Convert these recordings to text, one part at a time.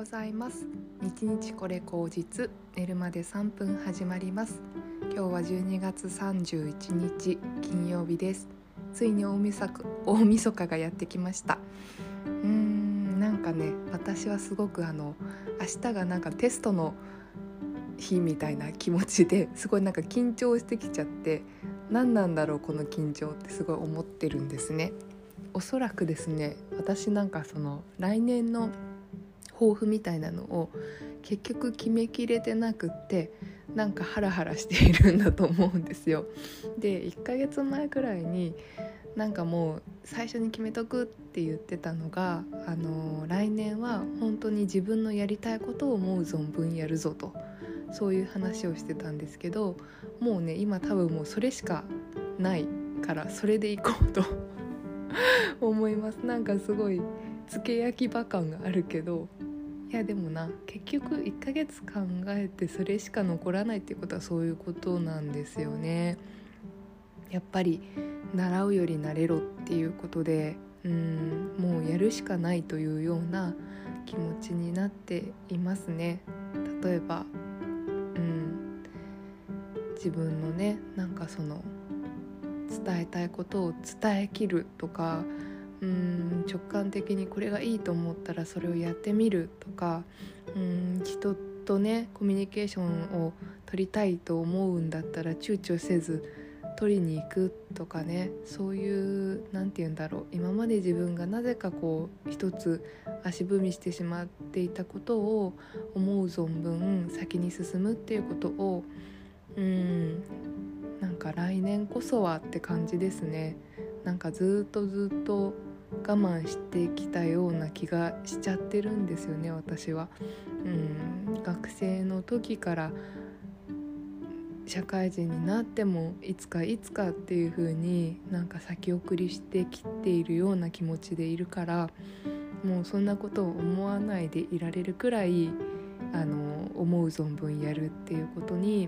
ございます。日々これ口実、寝るまで3分始まります。今日は12月31日金曜日です。ついに大晦日がやってきました。なんかね、私はすごく明日がなんかテストの日みたいな気持ちですごいなんか緊張してきちゃって、何なんだろうこの緊張ってすごい思ってるんですね。おそらくですね、私なんかその来年の抱負みたいなのを結局決めきれてなくって、なんかハラハラしているんだと思うんですよ。で1ヶ月前くらいになんかもう最初に決めとくって言ってたのが、来年は本当に自分のやりたいことを思う存分やるぞと、そういう話をしてたんですけど、もうね今多分もうそれしかないからそれでいこうと思います。なんかすごいつけ焼き場感があるけど、いやでもな、結局1ヶ月考えてそれしか残らないっていうことはそういうことなんですよね。やっぱり習うより慣れろっていうことで、もうやるしかないというような気持ちになっていますね。例えば、自分のね、なんかその伝えたいことを伝えきるとか、直感的にこれがいいと思ったらそれをやってみるとか、人とねコミュニケーションを取りたいと思うんだったら躊躇せず取りに行くとかね、そういうなんて言うんだろう、今まで自分がなぜかこう一つ足踏みしてしまっていたことを思う存分先に進むっていうことをなんか来年こそはって感じですね。なんかずっと我慢してきたような気がしちゃってるんですよね、私は。学生の時から社会人になってもいつかっていう風になんか先送りしてきているような気持ちでいるから、もうそんなことを思わないでいられるくらい思う存分やるっていうことに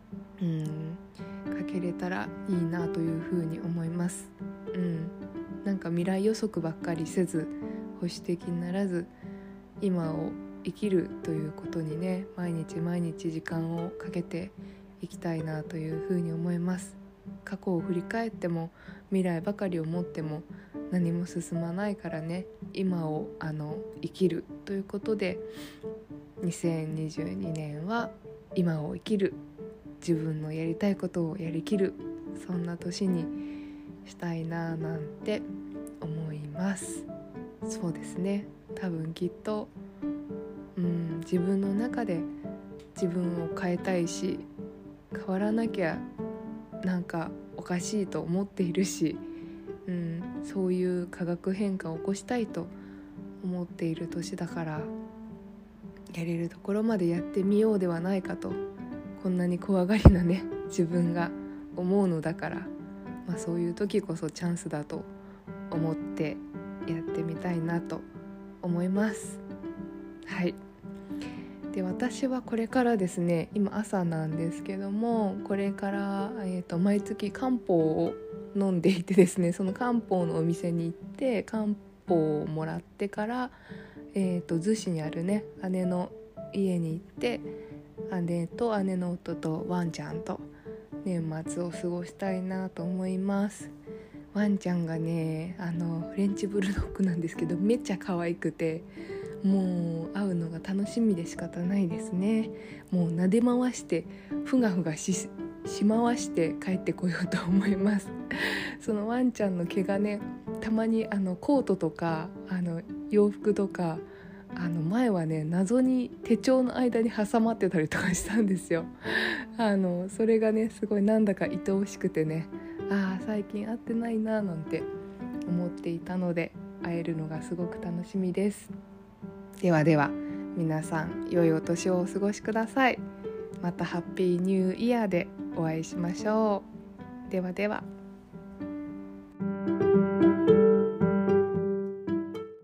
かけれたらいいなというふうに思います。なんか未来予測ばっかりせず、保守的にならず今を生きるということにね、毎日時間をかけていきたいなというふうに思います。過去を振り返っても未来ばかりを持っても何も進まないからね、今を生きるということで、2022年は今を生きる、自分のやりたいことをやりきる、そんな年にしたいななんて思います。そうですね、多分きっと自分の中で自分を変えたいし、変わらなきゃなんかおかしいと思っているし、そういう化学変化を起こしたいと思っている年だから、やれるところまでやってみようではないかと、こんなに怖がりなね自分が思うのだから、そういう時こそチャンスだと思ってやってみたいなと思います。はい。で、私はこれからですね、今朝なんですけども、これから、毎月漢方を飲んでいてですね、その漢方のお店に行って漢方をもらってから、逗子にあるね姉の家に行って、姉と姉の夫とワンちゃんと年末を過ごしたいなと思います。ワンちゃんがねフレンチブルドッグなんですけど、めっちゃ可愛くて、もう会うのが楽しみで仕方ないですね。もう撫で回してふがふがし回して帰ってこようと思います。そのワンちゃんの毛がね、たまにコートとか洋服とか前はね謎に手帳の間に挟まってたりとかしたんですよ。それがねすごいなんだか愛おしくてね、最近会ってないななんて思っていたので、会えるのがすごく楽しみです。では皆さん良いお年をお過ごしください。またハッピーニューイヤーでお会いしましょう。では。